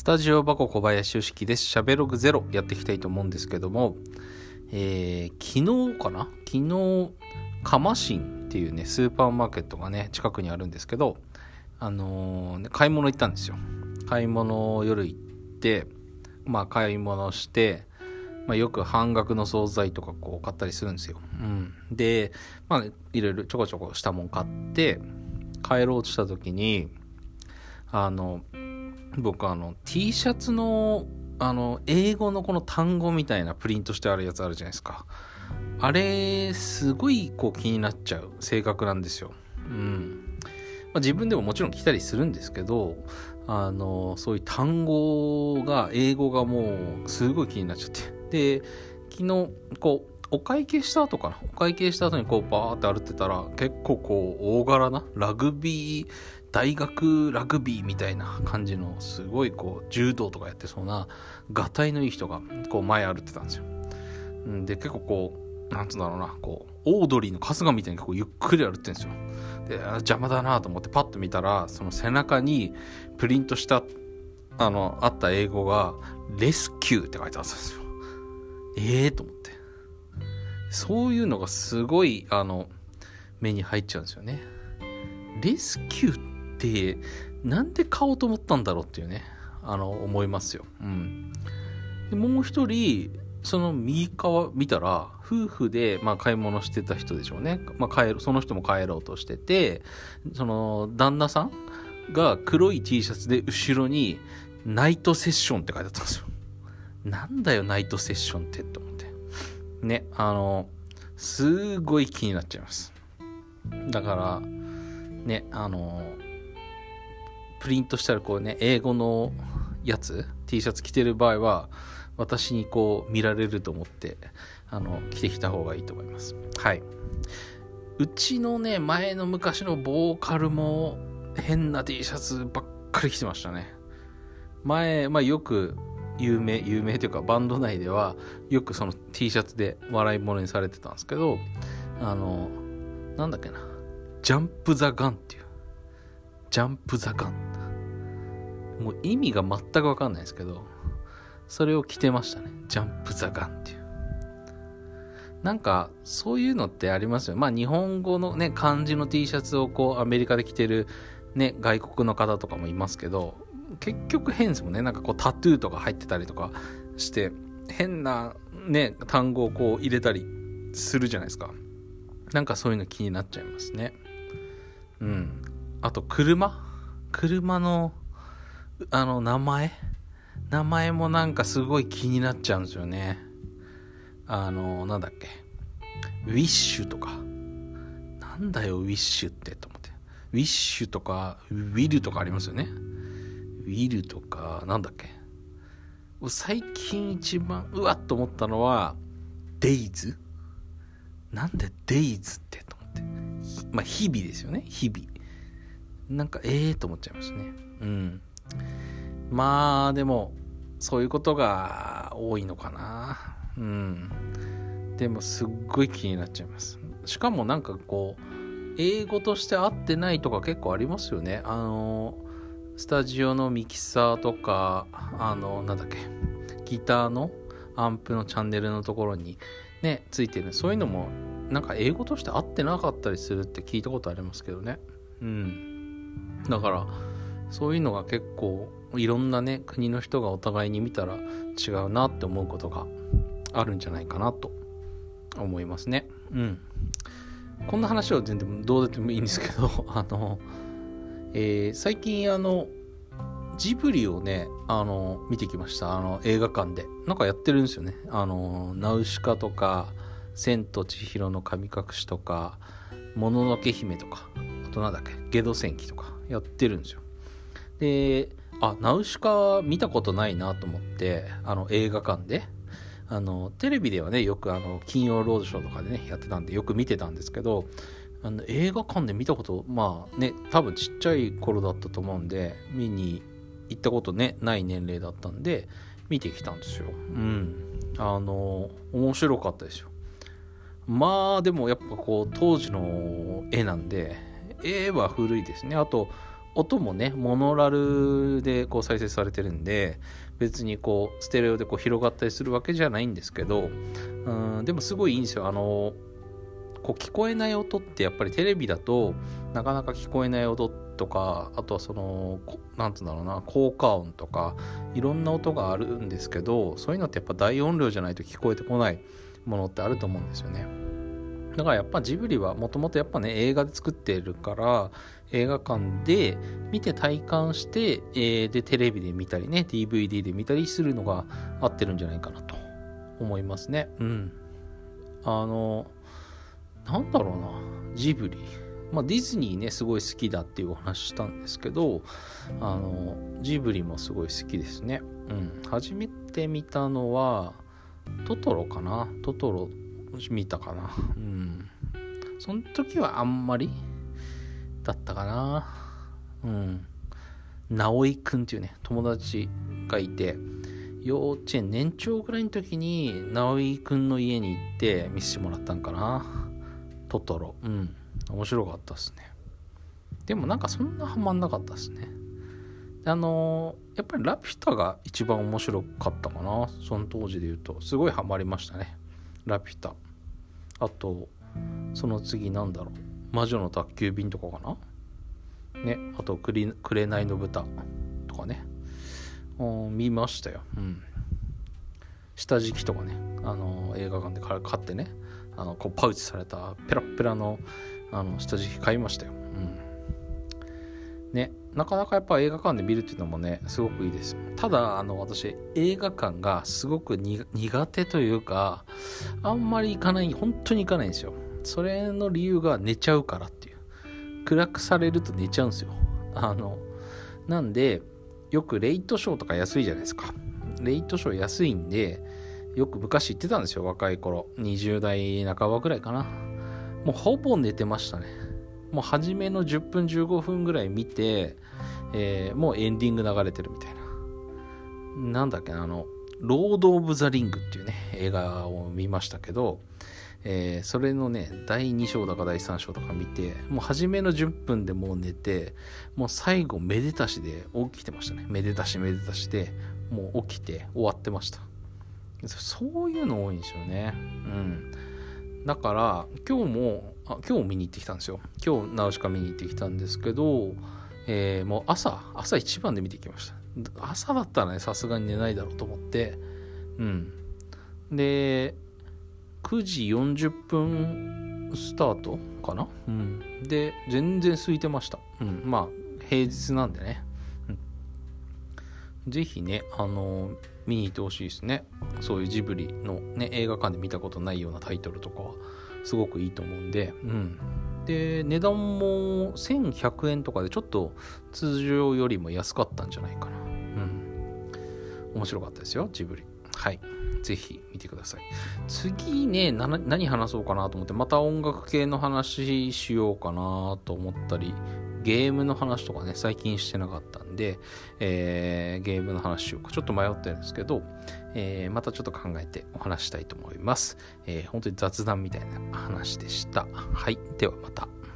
タジオ箱小林よしきです。しゃべログゼロやっていきたいと思うんですけども、昨日蒲新っていうねスーパーマーケットがね近くにあるんですけど、買い物行ったんですよ。買い物夜行って、買い物して、よく半額の惣菜とかこう買ったりするんですよ。で、いろいろちょこちょこしたもん買って帰ろうとした時に僕T シャツの英語のこの単語みたいなプリントしてあるやつあるじゃないですか。あれすごいこう気になっちゃう性格なんですよ。自分でももちろん着たりするんですけど、そういう単語が英語がもうすごい気になっちゃって、で昨日こうお会計した後にこうバーって歩ってたら結構こう大柄な大学ラグビーみたいな感じのすごいこう柔道とかやってそうながたいのいい人がこう前歩ってたんですよ。で結構こうなんつうんだろうな、こうオードリーの春日みたいに結構ゆっくり歩ってるんですよ。で邪魔だなと思ってパッと見たら、その背中にプリントしたあった英語がレスキューって書いてあったんですよ。と思って、そういうのがすごい目に入っちゃうんですよね。レスキューってなんで買おうと思ったんだろうっていうね思いますよ。でもう一人その右側見たら夫婦で買い物してた人でしょうね。その人も帰ろうとしてて、その旦那さんが黒い T シャツで後ろにナイトセッションって書いてあったんですよ。なんだよナイトセッションってと思ってね、すごい気になっちゃいます。だからね、プリントしたらこうね英語のやつ T シャツ着てる場合は私にこう見られると思って着てきた方がいいと思います。はい。うちのね前の昔のボーカルも変な T シャツばっかり着てましたね。前よく有名というかバンド内ではよくその T シャツで笑い物にされてたんですけど、なんだっけな、ジャンプザガンっていうジャンプザガン、もう意味が全く分かんないですけどそれを着てましたね。ジャンプザガンっていう、なんかそういうのってありますよ。日本語のね漢字の T シャツをこうアメリカで着てるね外国の方とかもいますけど、結局変ですもんね。なんかこうタトゥーとか入ってたりとかして変なね単語をこう入れたりするじゃないですか。なんかそういうの気になっちゃいますね。あと車の名前もなんかすごい気になっちゃうんですよね。なんだっけ、ウィッシュとか、なんだよウィッシュってと思って、ウィッシュとかウィルとかありますよね。ウィルとかなんだっけ、最近一番うわっと思ったのはデイズ。なんでデイズってと思って、日々ですよね。日々なんかと思っちゃいますね。でもそういうことが多いのかな。でもすっごい気になっちゃいます。しかもなんかこう英語として合ってないとか結構ありますよね。スタジオのミキサーとかなんだっけ、ギターのアンプのチャンネルのところにねついてる、そういうのもなんか英語として合ってなかったりするって聞いたことありますけどね。だからそういうのが結構いろんなね国の人がお互いに見たら違うなって思うことがあるんじゃないかなと思いますね。こんな話は全然どうでもいいんですけど最近ジブリをね見てきました。映画館でなんかやってるんですよね。ナウシカとか千と千尋の神隠しとかもののけ姫とか、あとなんだっけゲド戦記とかやってるんですよ。でナウシカ見たことないなと思って映画館でテレビではねよく金曜ロードショーとかでねやってたんでよく見てたんですけど、映画館で見たこと多分ちっちゃい頃だったと思うんで見に行ったことねない年齢だったんで見てきたんですよ。面白かったですよ。でもやっぱこう当時の絵なんで絵は古いですね。あと音もねモノラルでこう再生されてるんで、別にこうステレオでこう広がったりするわけじゃないんですけど、でもすごいいいんですよ。こう聞こえない音ってやっぱりテレビだとなかなか聞こえない音とか、あとはそのなんていうんだろうな、効果音とかいろんな音があるんですけど、そういうのってやっぱ大音量じゃないと聞こえてこないものってあると思うんですよね。だからやっぱジブリはもともとやっぱね映画で作ってるから、映画館で見て体感して、でテレビで見たりね DVD で見たりするのが合ってるんじゃないかなと思いますね。なんだろうな、ジブリ、ディズニーねすごい好きだっていうお話したんですけど、ジブリもすごい好きですね。初めて見たのはトトロかな。トトロ見たかな。その時はあんまりだったかな。直井くんっていうね友達がいて、幼稚園年長ぐらいの時に直井くんの家に行って見せてもらったんかな、トトロ。面白かったですね。でもなんかそんなハマんなかったですね。やっぱりラピュタが一番面白かったかな、その当時で言うと。すごいハマりましたね、ラピュタ。あとその次なんだろう、魔女の宅急便とかかなね。あと紅の豚とかね、見ましたよ。下敷きとかね、映画館で買ってね、こうパウチされたペラペラの下敷き買いましたよ。ね、なかなかやっぱ映画館で見るっていうのもねすごくいいです。ただ私映画館がすごく苦手というか、あんまり行かない、本当に行かないんですよ。それの理由が寝ちゃうからっていう。暗くされると寝ちゃうんですよ。なんでよくレイトショーとか安いじゃないですか。レイトショー安いんでよく昔行ってたんですよ、若い頃。20代半ばぐらいかな。もうほぼ寝てましたね。もう初めの10分15分ぐらい見て、もうエンディング流れてるみたいな。なんだっけな、ロード・オブ・ザ・リングっていうね映画を見ましたけど、それのね第2章だか第3章とか見て、もう初めの10分でもう寝て、もう最後めでたしで起きてましたね。めでたしでもう起きて終わってました。そういうの多いんですよね。だから今日見に行ってきたんですよ。今日ナウシカ見に行ってきたんですけど、もう朝一番で見てきました。朝だったらねさすがに寝ないだろうと思って、で9時40分スタートかな。で全然空いてました。平日なんでね、ぜひね見に行ってほしいですね。そういうジブリのね映画館で見たことないようなタイトルとかはすごくいいと思うんで、で値段も1100円とかでちょっと通常よりも安かったんじゃないかな。面白かったですよ、ジブリ。はい、ぜひ見てください。次ね何話そうかなと思って、また音楽系の話しようかなと思ったり、ゲームの話とかね最近してなかったんで、ゲームの話しようかちょっと迷ってるんですけど、またちょっと考えてお話したいと思います。本当に雑談みたいな話でした。はい、ではまた。